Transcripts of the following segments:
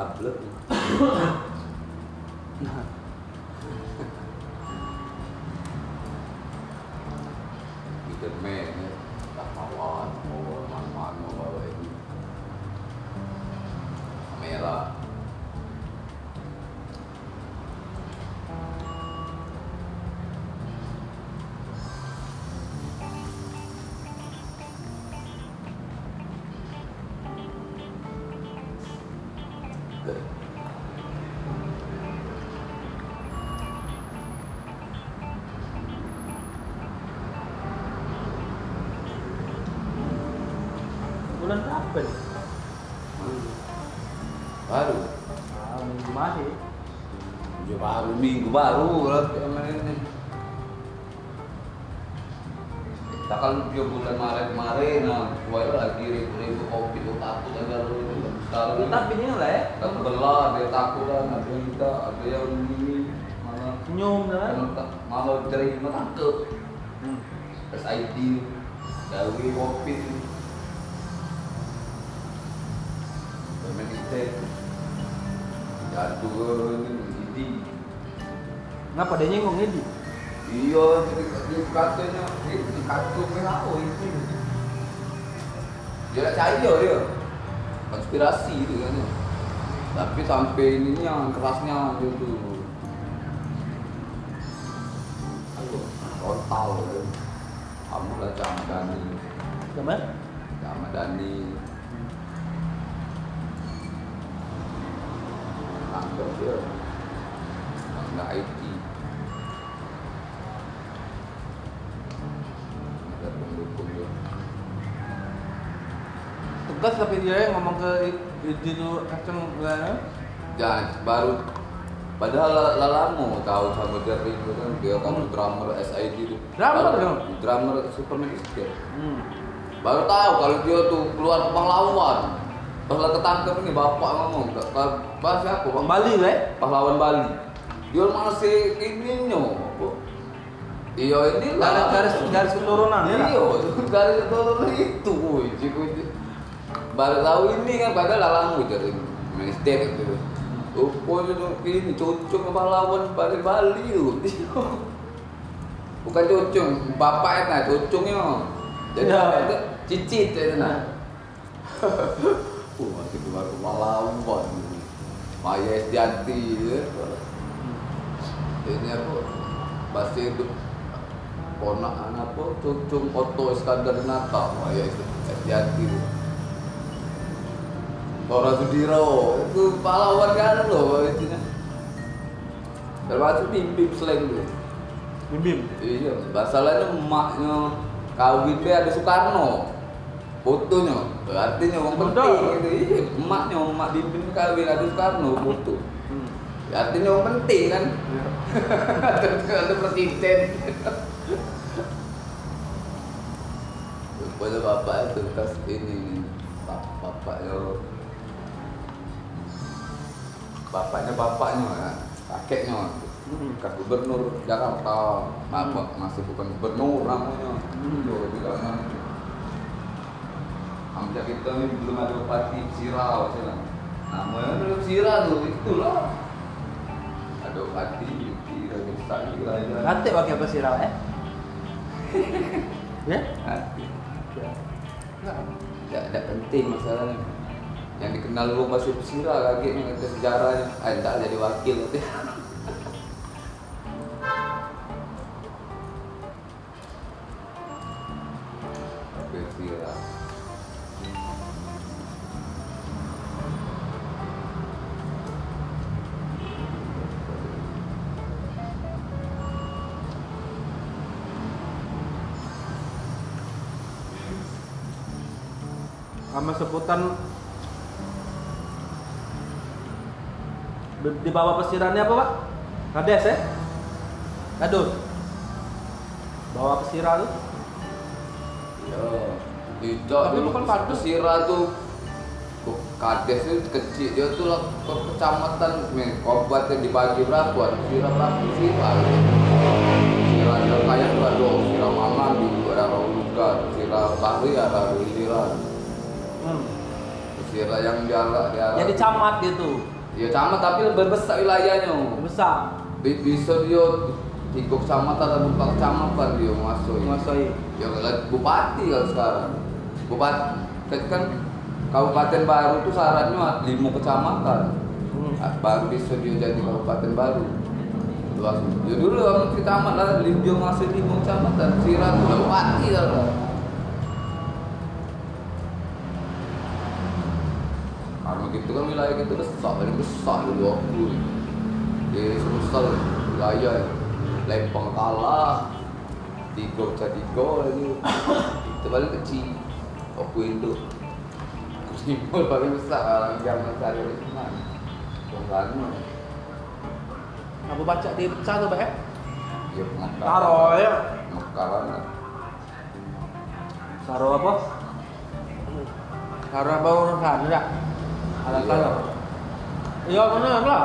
sablek. Kita main tak kawan mau manfaat mau bawa ini merah. Bulan berapa nih? Baru Minggu masih. minggu baru lah ini. Tak kalau bulan Maret kemarin, nah, gua lagi ribu kopi, gua takut ada lu sekarang. Tapi ini lah ya. Tak belah, dia takut kan, ada yang ini malah Senyum kan? malah terima tangkep. SID, dari kopi. Pemain kita, jatuh ini. Ngapa dia nyengong ini? Iya, di katanya di kartu WHO itu. Dia tak percaya dia. Konspirasi itu kan. Tapi sampai ininya kerasnya itu. Ayo, total. Kamu lah Camadani. Gimana? Camadani. Anggap dia. Enggak IT. Tegas tapi dia yang ngomong ke itu kacang lah. Jangan baru padahal lalamu tahu sama Jerry itu kan dia kan drummer SID itu. Drummer dong? Drummer Superman itu. Baru tahu kalau dia tuh keluar pahlawan. Pas lah ketangkep ini bapak ngomong, bahas aku Bang Bali lah. pahlawan Bali. Dia masih ini nyo. Iya ini lah Garis keturunan ya. iya, garis keturunan itu, woi. Baru tahu ini kan padahal lalamu dari Mestek gitu. Rupanya tuh ini cucung pahlawan Bali tuh. Bukan cucung, bapak itu cucungnya. Jadi Ya. itu cicit itu nah. Masih keluar pahlawan. Maya Estianti ya. Ini apa? Masih itu ponakan apa? Cucung Otto Iskandar Nata, Maya Estianti. Tora Sudiro itu pahlawan kan loh intinya. Termasuk Bim slang tuh. Bim. Iya, masalahnya emaknya kawin dia ada Soekarno. Fotonya, artinya orang penting gitu. Iya, emaknya emak Bim kawin ada Soekarno foto. Artinya orang penting kan. Ada presiden. Pada bapak itu kas ini bapaknya ya, kakeknya bekas gubernur Jakarta, masih bukan gubernur namanya. Bilangnya hampir kita ini belum ada bupati Sirau, namanya belum Sirau tuh itulah. Ada bupati Sirau bisa Nanti pakai apa sih ya? Ya? Tidak penting masalahnya. Yang dikenal lu masuk Sirah lagi nih ada sejarahnya. Enggak jadi wakil nanti. Wakil Sirah. Sama sebutan di bawah pesirannya apa Pak? Kades ya? Kadus. Bawah pesira tuh? Ya, tidak. Tapi bukan kades. Sirah tuh kades itu kecil, dia tuh lah kecamatan kabupaten dibagi berapa? Sirah berapa Sirah? Sirah yang kaya tuh ada Sirah Maman, ada Raulugan, Sirah Bahri, ada Sirah. Sirah yang diarah. Jadi camat gitu. Ya camat tapi lebih besar wilayahnya. Besar. Bisa dia 3 kecamatan atau 4 kecamatan dia menguasai. Menguasai. Ya kalau bupati kalau sekarang. Bupati kan kabupaten baru itu syaratnya 5 kecamatan. Baru bisa dia jadi kabupaten baru. Luas. Ya dulu menteri camat lah dia masuk 5 kecamatan. Sirat udah bupati lah. Karena gitu kan wilayah kita besar, paling besar dulu waktu di Sulsel wilayah Lempeng kalah 3 jadi gol lagi itu paling kecil waktu itu Timur paling besar orang zaman saya di sana Bongkano Aku baca di pecah tuh, Pak ya? ya pengakar Taro ya. pengakaran Taro apa? Taro apa urusan enggak? Ada Iya. taro. Iya benar lah.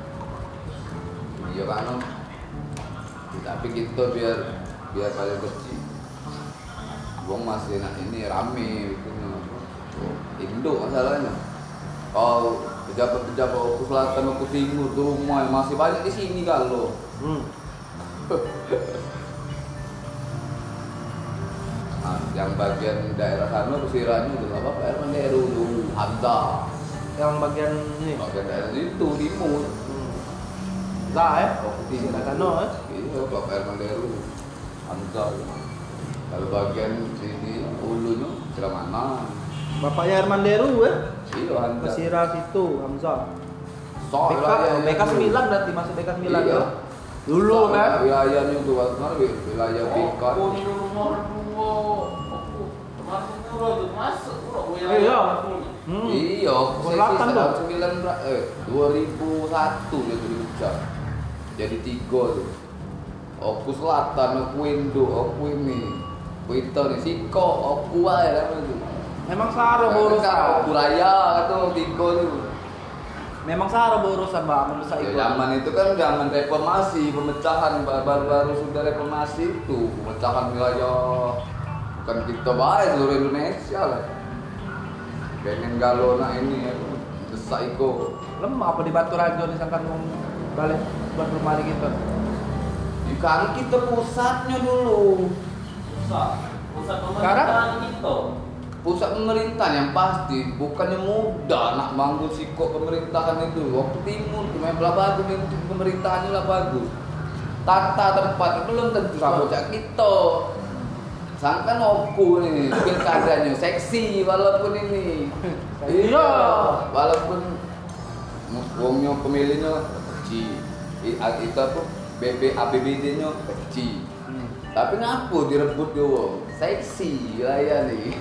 iya kan tapi gitu biar paling kecil Bong masih ini rame gitu Indo masalahnya kalau pejabat-pejabat ke selatan ke timur ke rumah masih banyak di sini kalau nah, yang bagian daerah sana pesiranya udah apa Pak Herman Deru dulu Hamzah Yang bagian ini. bagian daerah itu timur Lah ya. oh timur Sana iya Pak Herman Deru Hamzah kalau bagian sini ulunya sebelah mana Bapaknya Herman Deru ya. iya Hamzah Pesira situ, Hamzah. Soal BK 9 berarti masuk BK 9 iya. ya. Dulu kan. Wilayahnya itu wilayah BK. Iya. Iya, Selatan tuh. 2001 dia tuh diucap. Jadi 3 tuh. Oku Selatan, Oku Indo, Oku ini. Oku itu nih, Siko, Oku aja kan itu. Memang saro berurusan. Oku Raya tuh 3 tuh. Memang saro berurusan Mbak, menurut Ya, itu. zaman itu kan zaman reformasi, pemecahan baru sudah reformasi itu, pemecahan wilayah bukan kita baik seluruh Indonesia lah. Pengen galona ini ya, desak iko. Lemah apa di Batu Rajo disangkan mau balik buat rumah di kita. Kan kita pusatnya dulu. Pusat pemerintahan itu. Pusat pemerintahan yang pasti bukannya mudah nak bangun sikok pemerintahan itu. Waktu timur cuma belah bagus pemerintahannya lah bagus. Tata tempat belum tentu sama cak kita. Sangkan oku nih pilkadanya seksi walaupun ini. Iya. Walaupun wongnya pemilihnya kecil. Itu apa? APBD-nya kecil. Tapi ngapu direbut yo seksi wilayah nih.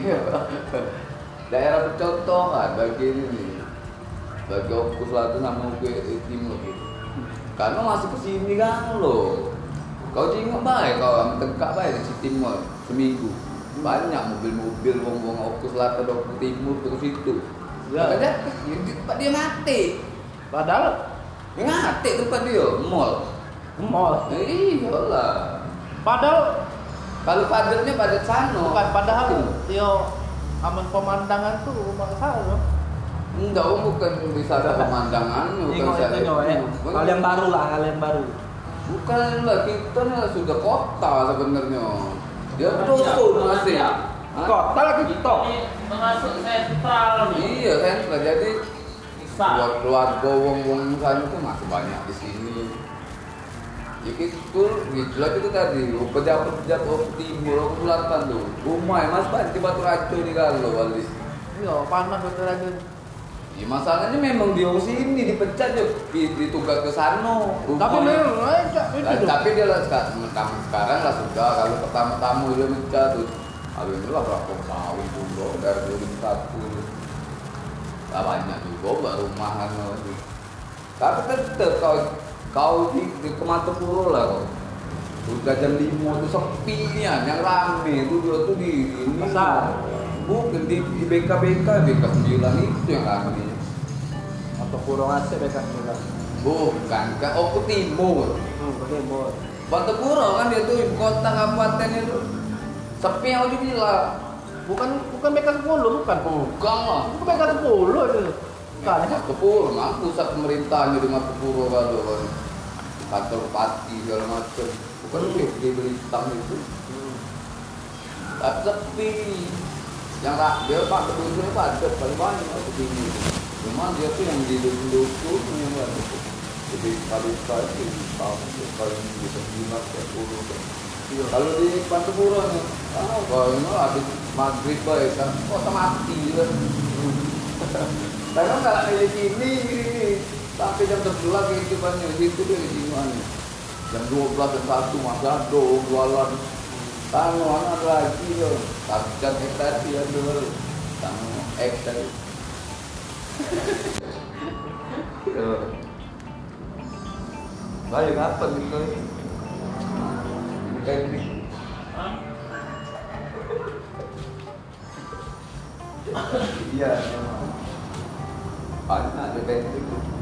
Daerah percontohan bagi ini nih. Bagi Oku Selatan sama Oku Timur gitu. Karena masih kesini kan lo. Kau jengok baik kau tengkak baik di Timur seminggu. Banyak mobil-mobil wong-wong Oku Selatan Oku Timur terus itu. Ya. Tempat dia ngate. Padahal Ngate tempat dia mall. mall. Iyalah. Padahal Kalau padatnya padat sana. bukan padahal yo aman pemandangan tuh rumah saya. Enggak, bukan bisa ada pemandangan, bukan Tengok bisa ada. itu ya. Hal yang baru lah, hal yang baru. Bukan lah, kita nih sudah kota sebenarnya. Dia dusun masih. Hah? Kota lagi kita. Termasuk sentral nih. Iya kan, jadi Bisa. keluarga wong-wong sana itu masih banyak di sini. Ya gitu itu tadi, pejabat-pejabat timur, selatan tuh. Rumah mas banyak di Batu Rajo nih kalau wali. Iya, panas betul lagi. Ya masalahnya memang dia sini dipecat ya, ditugas ke sana. Tapi memang aja itu. Tapi dia lah sekarang lah sudah kalau pertama-tama dia mencah tuh. Habis itu lah berapa tahun dulu dari 2001. Lah banyak juga mbak rumahan lagi. Tapi tetap kau di Kematepuro lah kau. Udah jam 5 tuh sepinya, yang rame tuh dia tuh di ini. Pasar. Bukan di BK 9 itu yang rame. Atau kurang AC bekan juga. Bukan, ke Oku Timur. Timur. Batepuro kan dia tuh ibu kota kabupaten itu. Sepi yang udah bilang. Bukan BK 10 bukan. Bukan lah. Bukan BK 10 itu. Kali kan? Martopuro, memang pusat pemerintahnya di Martopuro kalau kan. Kantor bupati segala macam. Bukan di Belitung itu. Tapi sepi. Yang dia pak kedua padat paling banyak begini. Cuma dia tuh yang di dusun yang ada. Jadi kali sekali bisa 5-10. Kalau di Martopuro nih, kalau ini habis maghrib baik kan, kok mati kan. Karena kalau kayak gini sampai jam 11 kehidupannya itu dia kejiwaan. Jam 12 dan 1 masih ada jualan. Tamu anak lagi loh. Target ekstasi ya dulu. Tamu ekstasi. Balik apa gitu? Kayak gini. Iya, memang. Banyak ada kayak gitu.